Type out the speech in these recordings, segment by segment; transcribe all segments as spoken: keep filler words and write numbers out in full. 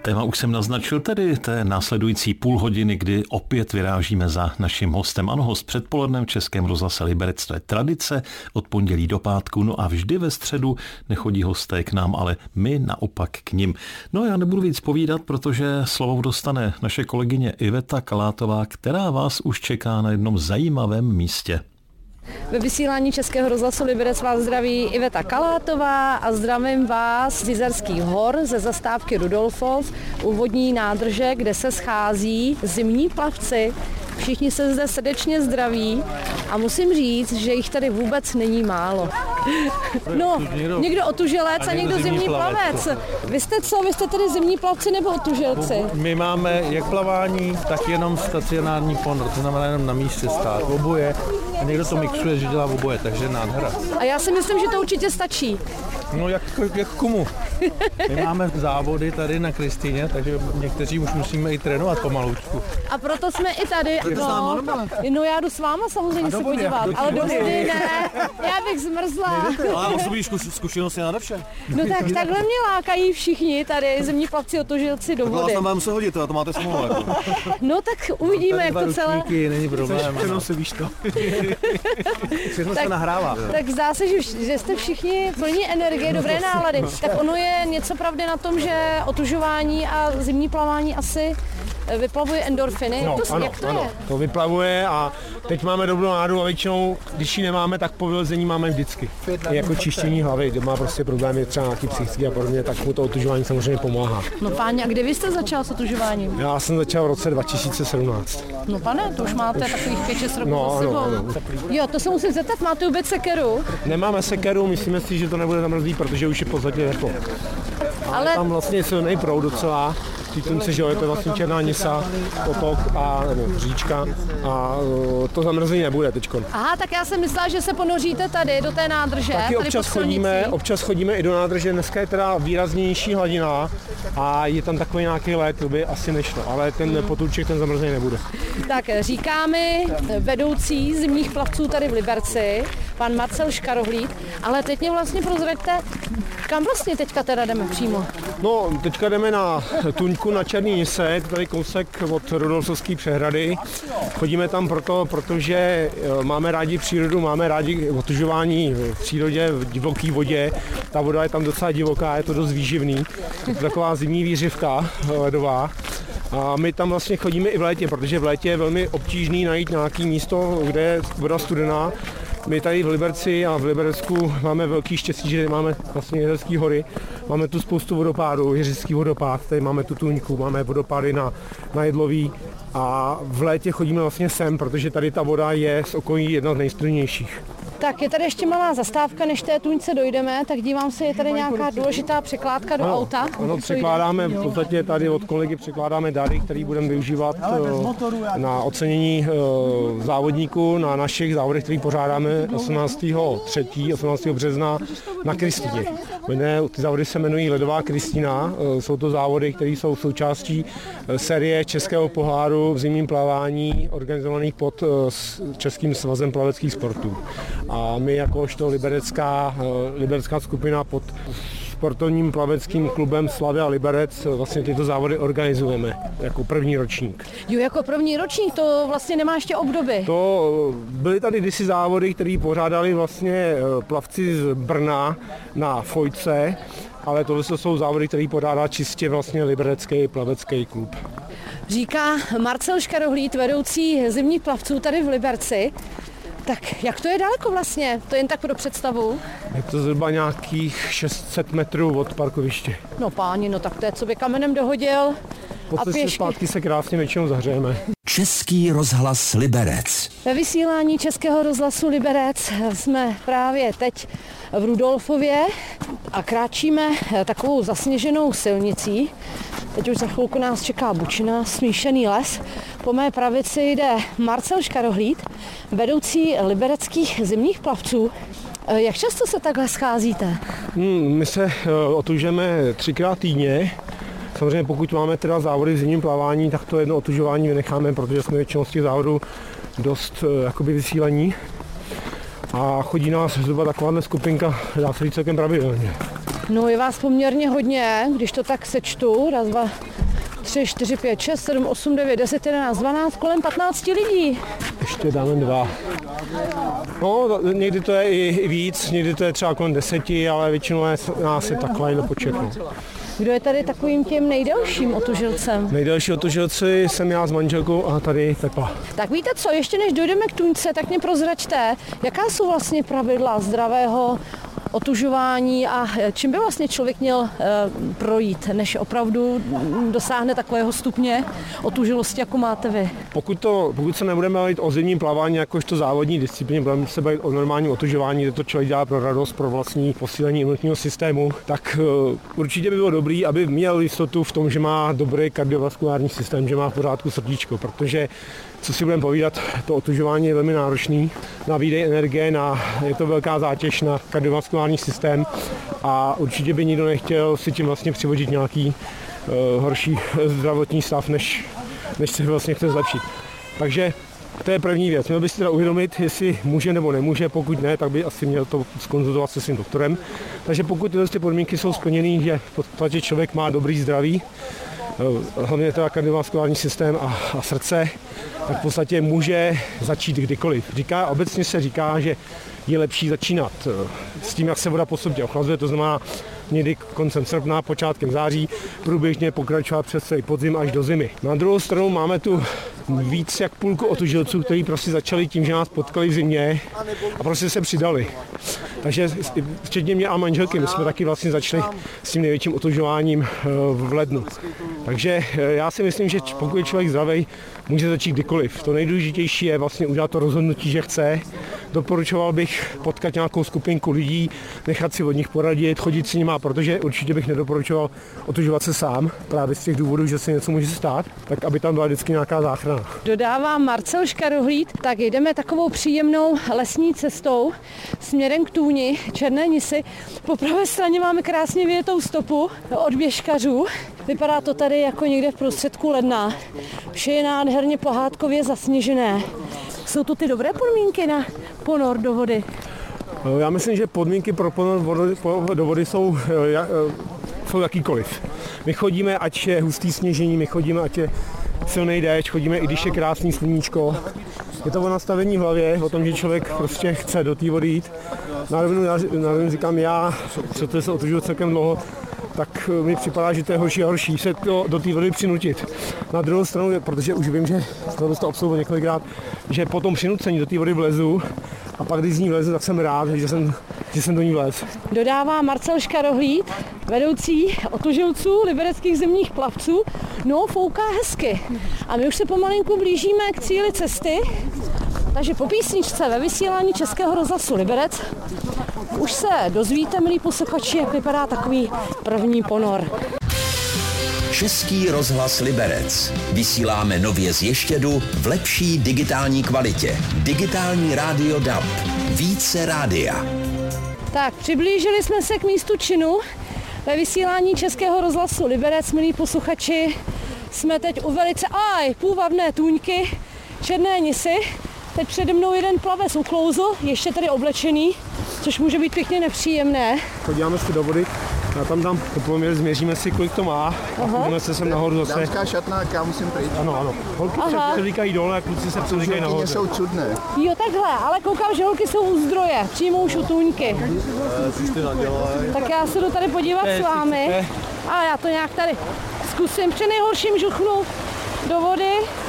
Téma už jsem naznačil, tedy té následující půl hodiny, kdy opět vyrážíme za naším hostem. Ano, host předpolednem v Českém rozhlase Liberec, to je tradice od pondělí do pátku, no a vždy ve středu nechodí hosté k nám, ale my naopak k nim. No já nebudu víc povídat, protože slovo dostane naše kolegyně Iveta Kalátová, která vás už čeká na jednom zajímavém místě. Ve vysílání Českého rozhlasu Liberec vás zdraví Iveta Kalátová a zdravím vás z Jizerských hor ze zastávky Rudolfov, úvodní nádrže, kde se schází zimní plavci. Všichni se zde srdečně zdraví a musím říct, že jich tady vůbec není málo. No, někdo otužilec a někdo zimní plavec. Vy jste co? Vy jste tedy zimní plavci nebo otužilci? My máme jak plavání, tak jenom stacionární ponor, to znamená jenom na místě stát, oboje. A někdo to mixuje, že dělá oboje, takže nádhera. A já si myslím, že to určitě stačí. No jak, jak komu? My máme závody tady na Kristýně, takže někteří už musíme i trénovat pomaloučku. A proto jsme i tady. No, no já jdu s váma samozřejmě se podívat, ale do vody ne, já bych zmrzla. Ale osobní zkušenost je nade vše. No tak takhle mě lákají všichni tady, zimní plavci, otužilci do vody. Tak vás tam budeme se hodit, to máte smlouvu. No tak uvidíme, jak to celé. Není problém. Všechno se víš to. Všechno se nahrává. Tak zdá se, že, že jste všichni plní energie, dobré nálady. Tak ono je něco pravdy na tom, že otužování a zimní plavání asi vyplavuje endorfiny. No, to, ano, jak to ano, je? to vyplavuje a teď máme dobrou náladu a většinou, když ji nemáme, tak po vylezení máme vždycky. Je jako čištění hlavy, kdo má prostě problémy třeba nějaký psychický a podobně, tak mu to otužování samozřejmě pomáhá. No páni, a kdy vy jste začal s otužováním? Já jsem začal v roce dva tisíce sedmnáct. No pane, to už máte už... takových pět šest roků no, za sebou. ano, ano. Jo, to se musím zeptat, máte vůbec sekeru? Nemáme sekeru, myslíme si, že to nebude zamrzlý, protože už je v podstatě teplo. Ale... Ale tam vlastně je silný proud docela. Týtunce, že jo, je to vlastně Černá Nisa, potok a nebo říčka a to zamrzení nebude teďko. Aha, tak já jsem myslela, že se ponoříte tady do té nádrže. Taky občas chodíme, občas chodíme i do nádrže, dneska je teda výraznější hladina a je tam takový nějaký led, to by asi nešlo, ale ten potůček, ten zamrzení nebude. Tak říká mi vedoucí zimních plavců tady v Liberci, pan Marcel Škarohlíd, ale teď mě vlastně prozraďte, kam vlastně teďka teda jdeme přímo? No, teďka jdeme na tuňku na Černý Nise, tady kousek od Rudolfovské přehrady. Chodíme tam proto, protože máme rádi přírodu, máme rádi otužování v přírodě, v divoké vodě. Ta voda je tam docela divoká, je to dost výživný. Je to taková zimní výřivka ledová. A my tam vlastně chodíme i v létě, protože v létě je velmi obtížný najít nějaké místo, kde je voda studená. My tady v Liberci a v Liberecku máme velký štěstí, že máme vlastně Jizerské hory. Máme tu spoustu vodopádů, Jiřický vodopád, tady máme tu tuňku, máme vodopády na, na Jedlový a v létě chodíme vlastně sem, protože tady ta voda je z okolí jedna z nejstudenějších. Tak je tady ještě malá zastávka, než té tuňce dojdeme, tak dívám se, je tady nějaká důležitá překládka do ano, auta. Ano, překládáme, v podstatě tady od kolegy překládáme dary, který budeme využívat na ocenění závodníků na našich závodech, který pořádáme osmnáctého třetího osmnáctého března na Kristýně. Ty závody se jmenují Ledová Kristýna, jsou to závody, které jsou součástí série Českého poháru v zimním plavání organizovaných pod Českým svazem plaveckých sportů. A my jakožto liberecká, liberecká skupina pod sportovním plaveckým klubem Slavia Liberec vlastně tyto závody organizujeme jako první ročník. Jo, jako první ročník, to vlastně nemá ještě obdoby. To byly tady kdysi závody, které pořádali vlastně plavci z Brna na Fojce, ale tohle jsou závody, které pořádá čistě vlastně liberecký plavecký klub. Říká Marcel Škarohlíd, vedoucí zimních plavců tady v Liberci. Tak jak to je daleko vlastně? To je jen tak pro představu? Je to zhruba nějakých šest set metrů od parkoviště. No páni, no tak to je, co by kamenem dohodil. Po cestě zpátky se krásně většinou zahřejeme. Český rozhlas Liberec. Ve vysílání Českého rozhlasu Liberec jsme právě teď v Rudolfově a kráčíme takovou zasněženou silnicí. Teď už za chvilku nás čeká bučina, smíšený les. Po mé pravici jde Marcel Škarohlíd, vedoucí libereckých zimních plavců. Jak často se takhle scházíte? Hmm, my se otužeme třikrát týdně. Samozřejmě pokud máme teda závody v zimním plavání, tak to jedno otužování vynecháme, protože jsme většinou z těch závodů dost jakoby vysílení. A chodí nás zhruba takováhle skupinka, dá se říct celkem pravidelně. No je vás poměrně hodně, když to tak sečtu, raz, dva, tři, čtyři, pět, šest, sedm, osm, devět, deset, jedenáct, dvanáct, kolem patnácti lidí. Ještě dáme dva. No, někdy to je i víc, někdy to je třeba kolem deseti, ale většinou je nás je takový počet. No. Kdo je tady takovým tím nejdelším otužilcem? Nejdelší otužilci jsem já s manželkou a tady Pepa. Tak víte co, ještě než dojdeme k tuňce, tak mě prozraďte, jaká jsou vlastně pravidla zdravého otužování a čím by vlastně člověk měl e, projít, než opravdu dosáhne takového stupně otužilosti, jako máte vy? Pokud, to, pokud se nebudeme bavit o zimním plavání jakožto závodní disciplíně, budeme se bavit o normálním otužování, kde to člověk dělá pro radost, pro vlastní posílení imunitního systému, tak e, určitě by bylo dobrý, aby měl jistotu v tom, že má dobrý kardiovaskulární systém, že má v pořádku srdíčko, protože co si budeme povídat, to otužování je velmi náročný na výdej energie, na, je to velká zátěž na kardiovaskulární systém a určitě by nikdo nechtěl si tím vlastně přivodit nějaký uh, horší zdravotní stav, než, než se vlastně chce zlepšit. Takže to je první věc. Měl by si teda uvědomit, jestli může nebo nemůže, pokud ne, tak by asi měl to zkonzultovat se svým doktorem. Takže pokud tyhle ty podmínky jsou splněné, že v podstatě člověk má dobrý zdraví, hlavně teda kardiovaskulární systém a, a srdce, tak v podstatě může začít kdykoliv. Říká, obecně se říká, že je lepší začínat s tím, jak se voda postupně ochlazuje, to znamená někdy koncem srpna, počátkem září, průběžně pokračovat přes celý podzim až do zimy. Na druhou stranu máme tu víc jak půlku otužilců, kteří prostě začali tím, že nás potkali v zimě a prostě se přidali. Takže včetně mě a manželky, my jsme taky vlastně začali s tím největším otužováním v lednu. Takže já si myslím, že pokud je člověk zdravý, může začít kdykoliv. To nejdůležitější je vlastně udělat to rozhodnutí, že chce. Doporučoval bych potkat nějakou skupinku lidí, nechat si od nich poradit, chodit s nima, protože určitě bych nedoporučoval otužovat se sám, právě z těch důvodů, že se něco může stát, tak aby tam byla vždycky nějaká záchrana. Dodává Marcel Škarohlíd, tak jdeme takovou příjemnou lesní cestou směrem k Tůni, Černé Nisy. Po pravé straně máme krásně vyjetou stopu od běžkařů. Vypadá to tady jako někde v prostředku ledna. Vše je nádherně pohádkově zasněžené. Jsou to ty dobré podmínky na ponor do vody? Já myslím, že podmínky pro ponor do vody jsou, jsou jakýkoliv. My chodíme, ať je hustý sněžení, my chodíme, ať je silný déšť, chodíme, i když je krásný sluníčko. Je to o nastavení v hlavě, o tom, že člověk prostě chce do té vody jít. Na rovinu, já, na rovinu říkám já, protože se otužuju celkem dlouho, tak mi připadá, že to je horší a horší se to do té vody přinutit. Na druhou stranu, protože už vím, že jsem to absolvoval několikrát, že po tom přinucení do té vody vlezu a pak, když z ní vlezu, tak jsem rád, že jsem, že jsem do ní vlez. Dodává Marcel Škarohlíd, vedoucí otužilců libereckých zimních plavců. No, fouká hezky. A my už se pomalinku blížíme k cíli cesty. Takže po písničce ve vysílání Českého rozhlasu Liberec už se dozvíte, milí posluchači, jak vypadá takový první ponor. Český rozhlas Liberec. Vysíláme nově z Ještědu v lepší digitální kvalitě. Digitální rádio D A B. Více rádia. Tak, přiblížili jsme se k místu činu. Ve vysílání Českého rozhlasu Liberec, milí posluchači, jsme teď u velice aj půvabné tůňky Černé Nisy. Teď přede mnou jeden plavec uklouzl, ještě tady oblečený, což může být pěkně nepříjemné. Podíváme se do vody, já tam dám poměr, změříme si, kolik to má. Aha. A jdeme se sem nahoru zase. Dámská šatna, já musím pryč. Ano, ano. Holky se převlíkají dole a kluci se převlíkají nahoře. jsou čudné. Jo, takhle, ale koukám, že holky jsou u zdroje, přímo už u tůňky. Tak já se jdu tady podívat s vámi. A já to nějak tady zkusím při nejhorším žuchnout do vody.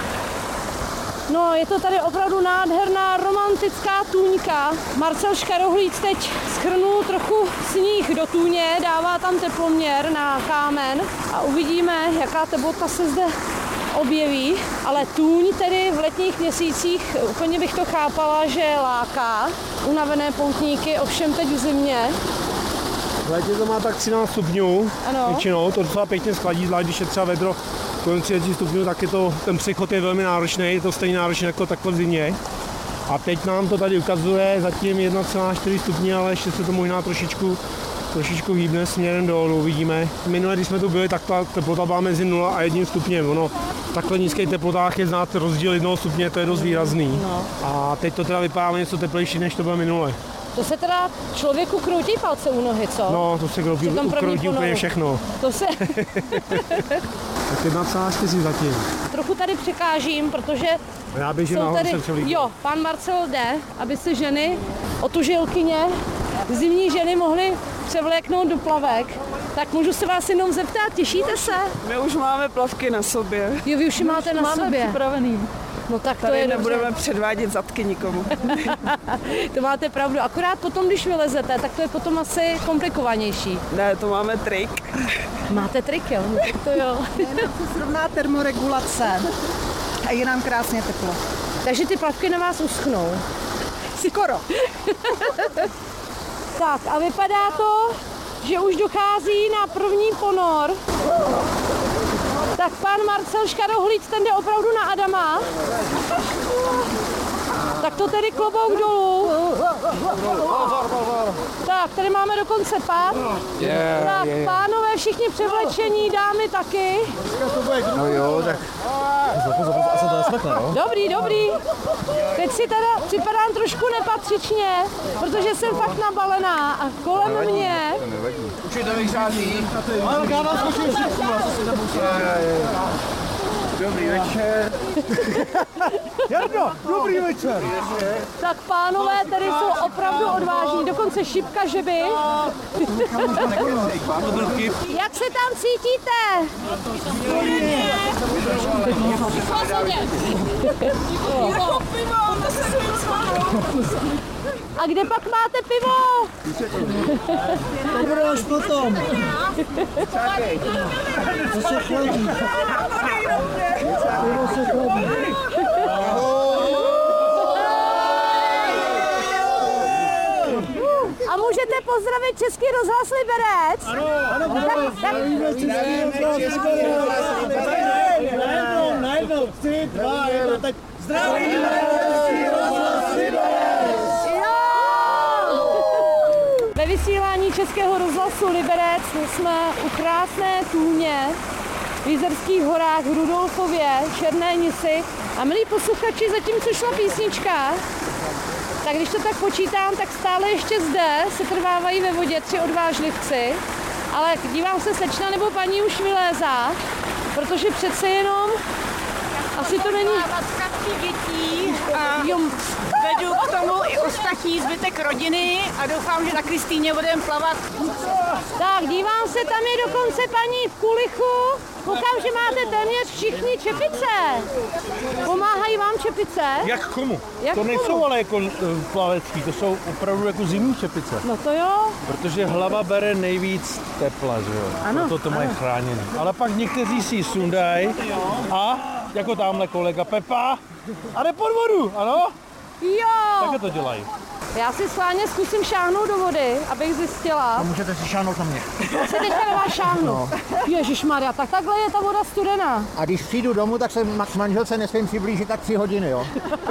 No, je to tady opravdu nádherná romantická tůňka. Marcel Škarohlíd teď schrnul trochu sníh do tůně, dává tam teploměr na kámen a uvidíme, jaká teplota se zde objeví. Ale tůň tedy v letních měsících, úplně bych to chápala, že láká unavené poutníky, ovšem teď v zimě. V létě to má tak třináct stupňů, většinou, to docela pěkně schladí, zvlášť když je třeba vedro kolem třicet stupňů, tak je to, ten přechod je velmi náročný, je to stejně náročné jako takhle v zimě. A teď nám to tady ukazuje zatím jedna celá čtyři stupně, ale ještě se to možná trošičku, trošičku hýbne směrem dolů, uvidíme. Minule, když jsme tu byli, tak ta teplota byla mezi nula a jedním stupněm. Ono v takhle nízkých teplotách je znát rozdíl jednoho stupně, to je dost výrazný. A teď to teda vypadá něco teplejší, než to bylo minule. To se teda člověku kroutí palce u nohy, co? No, to se kroutí, kroutí úplně všechno. To se... Tak jedna celá čtyři zatím. Trochu tady překážím, protože já běžím nahoru tady... jsem celý. Jo, pan Marcel jde, aby se ženy, otužilkyně, zimní ženy mohly převléknout do plavek. Tak můžu se vás jenom zeptat, těšíte se? My už máme plavky na sobě. Jo, vy už je máte na máme sobě. připravený. No tak to Tady je nebudeme dobře. předvádět zadky nikomu. To máte pravdu. Akorát potom, když vylezete, tak to je potom asi komplikovanější. Ne, to máme trik. Máte trik, jo? No, tak to jo. Je nám to srovná termoregulace a je nám krásně teplo. Takže ty plavky na vás uschnou. Skoro. Tak a vypadá to, že už dochází na první ponor. Tak pan Marcel Škarohlíc, ten jde opravdu na Adama. Tak to tedy klobouk dolů. Tak, tady máme dokonce pád. Tak, pánové všichni převlečení, dámy taky. No jo, tak... Asi to nesmekne, no? Dobrý, dobrý. Teď si teda připadám trošku nepatřičně, protože jsem fakt nabalená a kolem mě... Učitelý řádí. Ale já vás zkusím šipku, co si nemusím. Dobrý večer. Jardo, dobrý večer. Tak pánové tady jsou opravdu odvážní, dokonce šipka žeby. Jak se tam cítíte? A kde pak máte pivo? To bude až potom. To se chladí. To se chladí. A můžete pozdravit Český rozhlas Liberec? Ano, ano, zdravíme Český rozhlas Liberec. Najednou, najednou, tři, dva, jedna, teď zdravíme Český rozhlas Liberec. Ve vysílání Českého rozhlasu Liberec jsme u krásné tůně v Jizerských horách v Rudolfově, Černé Nisy. A milí posluchači, zatímco šla písnička, tak když to tak počítám, tak stále ještě zde se trvávají ve vodě tři odvážlivci. Ale dívám se, slečna nebo paní už vylézá, protože přece jenom asi to není... dětí a vedu k tomu i ostatní zbytek rodiny a doufám, že na Kristýně budeme plavat. Tak, dívám se, tam je dokonce paní v kulichu. Koukám, že máte téměř všichni čepice. Pomáhají vám čepice? Jak komu? Jak to komu? nejsou ale jako plavecký, to jsou opravdu jako zimní čepice. No to jo. Protože hlava bere nejvíc tepla, že jo? Ano, Proto to mají ano. chráněné. Ale pak někteří si ji sundají a jako tamhle kolega Pepa a jde pod vodu, ano? Jo. Také to dělají. Já si schválně zkusím šáhnout do vody, abych zjistila. Můžete si šáhnout na mě. Já se teďka na vás šáhnu. No. Ježišmarja, tak takhle je ta voda studená. A když přijdu domů, tak se k manželce nesmím přiblížit tak tři hodiny, jo?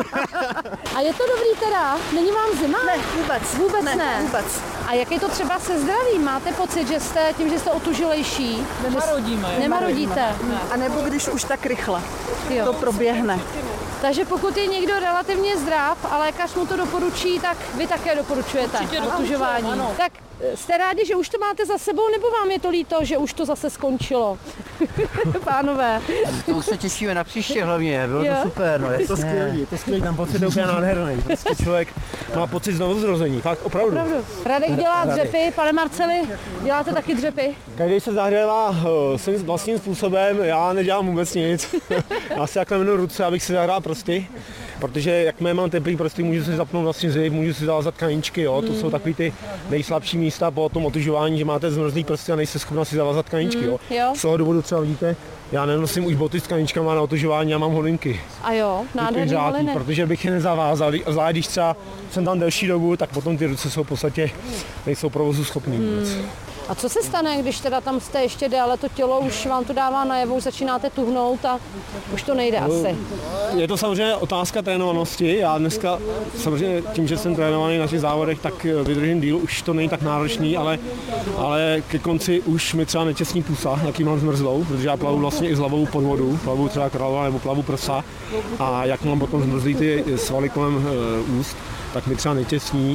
A je to dobrý teda? Není vám zima? Ne, vůbec. Vůbec ne. ne. Vůbec. A jak je to třeba se zdravím? Máte pocit, že jste tím, že jste otužilejší? Nemarodíme. Nemarodíte. A nebo když už tak rychle Jo. to proběhne. Takže pokud je někdo relativně zdrav a lékař mu to doporučí, tak vy také doporučujete otužování. Tak jste rádi, že už to máte za sebou, nebo vám je to líto, že už to zase skončilo? Pánové. To už se těšíme na příště hlavně, bylo Jo. to super, no Je to skvělý, je to skvělý, tam pocit je úplně nádherný. Prostě člověk má pocit znovu zrození, fakt opravdu. Opravdu. Radek dělá dřepy, pane Marceli, děláte taky dřepy? Každý se zahřívá uh, svým vlastním způsobem, já nedělám vůbec nic. Já si takhle minu ruce, abych si zahrál prsty, protože jakmile mám teplý prsty, můžu si zapnout vlastní zip, můžu si zavázat kaničky, jo. To jsou takový ty nejslabší místa po tom otužování, že máte zmrzlý prsty a nejste schopna si zavázat kaničky, jo. jo. Z toho důvodu třeba vidíte, já nenosím už boty s kaničkama na otužování, já mám holinky. A jo, nádherný holiny. Protože bych je nezavázal, zvlášť když třeba jsem tam delší dobu, tak potom ty ruce jsou v podstatě, nejsou provozu schopný vůbec. Hmm. A co se stane, když teda tam jste ještě déle, to tělo už vám to dává najevo, už začínáte tuhnout a už to nejde no, asi? Je to samozřejmě otázka trénovanosti. Já dneska samozřejmě tím, že jsem trénovaný na těch závodech, tak vydržím díl, už to není tak náročný, ale, ale ke konci už mi třeba netěsní pusa, jaký mám zmrzlou, protože já plavu vlastně i s hlavou pod vodu, plavu třeba králová nebo plavu prsa a jak mám potom zmrzlý ty svaly kolem uh, úst, tak mi třeba netěsní.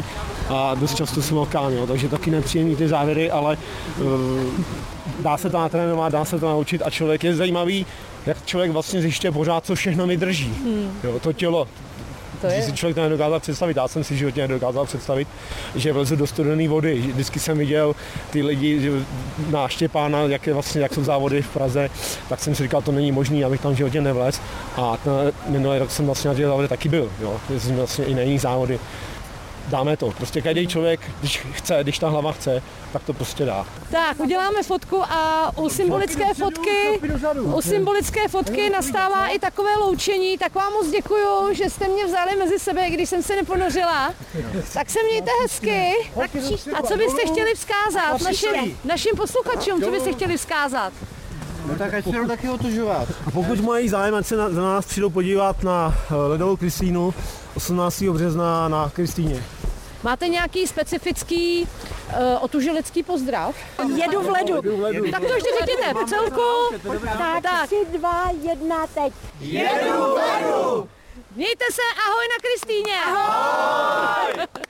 a dost často smolkám, jo, takže taky nepříjemný ty závěry, ale uh, dá se to natrénovat, dá se to naučit a člověk je zajímavý, jak člověk vlastně zjišťuje pořád, co všechno mi drží, hmm. jo, to tělo. To je. Si člověk to nedokázal představit, já jsem si životně nedokázal představit, že vlezu do studené vody. Vždycky jsem viděl ty lidi na Štěpána, jak, je vlastně, jak jsou závody v Praze, tak jsem si říkal, to není možné, abych tam životně nevlez. A ten, minulý rok jsem vlastně na těch závodech taky byl, jo, jezdím vlastně i na jiných závody. Dáme to, prostě každý člověk, když chce, když ta hlava chce, tak to prostě dá. Tak, uděláme fotku a u symbolické fotky, u symbolické fotky nastává i takové loučení, tak vám moc děkuju, že jste mě vzali mezi sebe, když jsem se neponořila. Tak se mějte hezky. A co byste chtěli vzkázat našim, našim posluchačům, co byste chtěli vzkázat? No tak ať se jdou taky otužovat. A pokud mají zájem, ať se na, na nás přijdou podívat na ledovou Kristýnu osmnáctého března na Kristýně. Máte nějaký specifický uh, otužilický pozdrav? Jedu v ledu. Tak to ještě řekněte v celku. Tak, tak. tři, dva, jedna, teď. Jedu v ledu. Mějte se, ahoj na Kristýně. Ahoj.